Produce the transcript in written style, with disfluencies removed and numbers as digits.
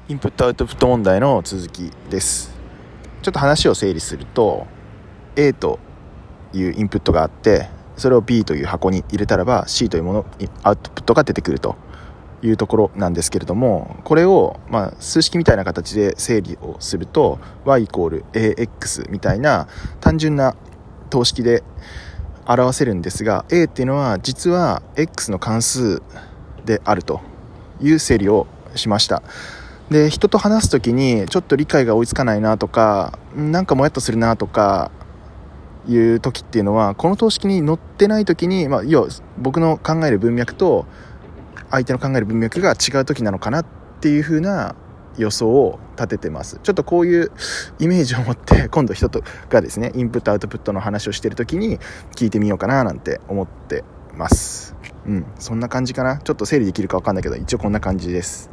インプットアウトプット問題の続きです。ちょっと話を整理すると A というインプットがあって、それを B という箱に入れたらば C というものアウトプットが出てくるというところなんですけれども、これを数式みたいな形で整理をすると y イコール ax みたいな単純な等式で表せるんですが、 A っていうのは実は x の関数であるという整理をしました。で、人と話すときにちょっと理解が追いつかないなとか、なんかもやっとするなとかいう時っていうのは、この等式に載ってない時に、要は僕の考える文脈と相手の考える文脈が違う時なのかなっていう風な予想を立ててます。ちょっとこういうイメージを持って今度人とがですね、インプットアウトプットの話をしてる時に聞いてみようかななんて思ってます。そんな感じかな。ちょっと整理できるか分かんないけど、一応こんな感じです。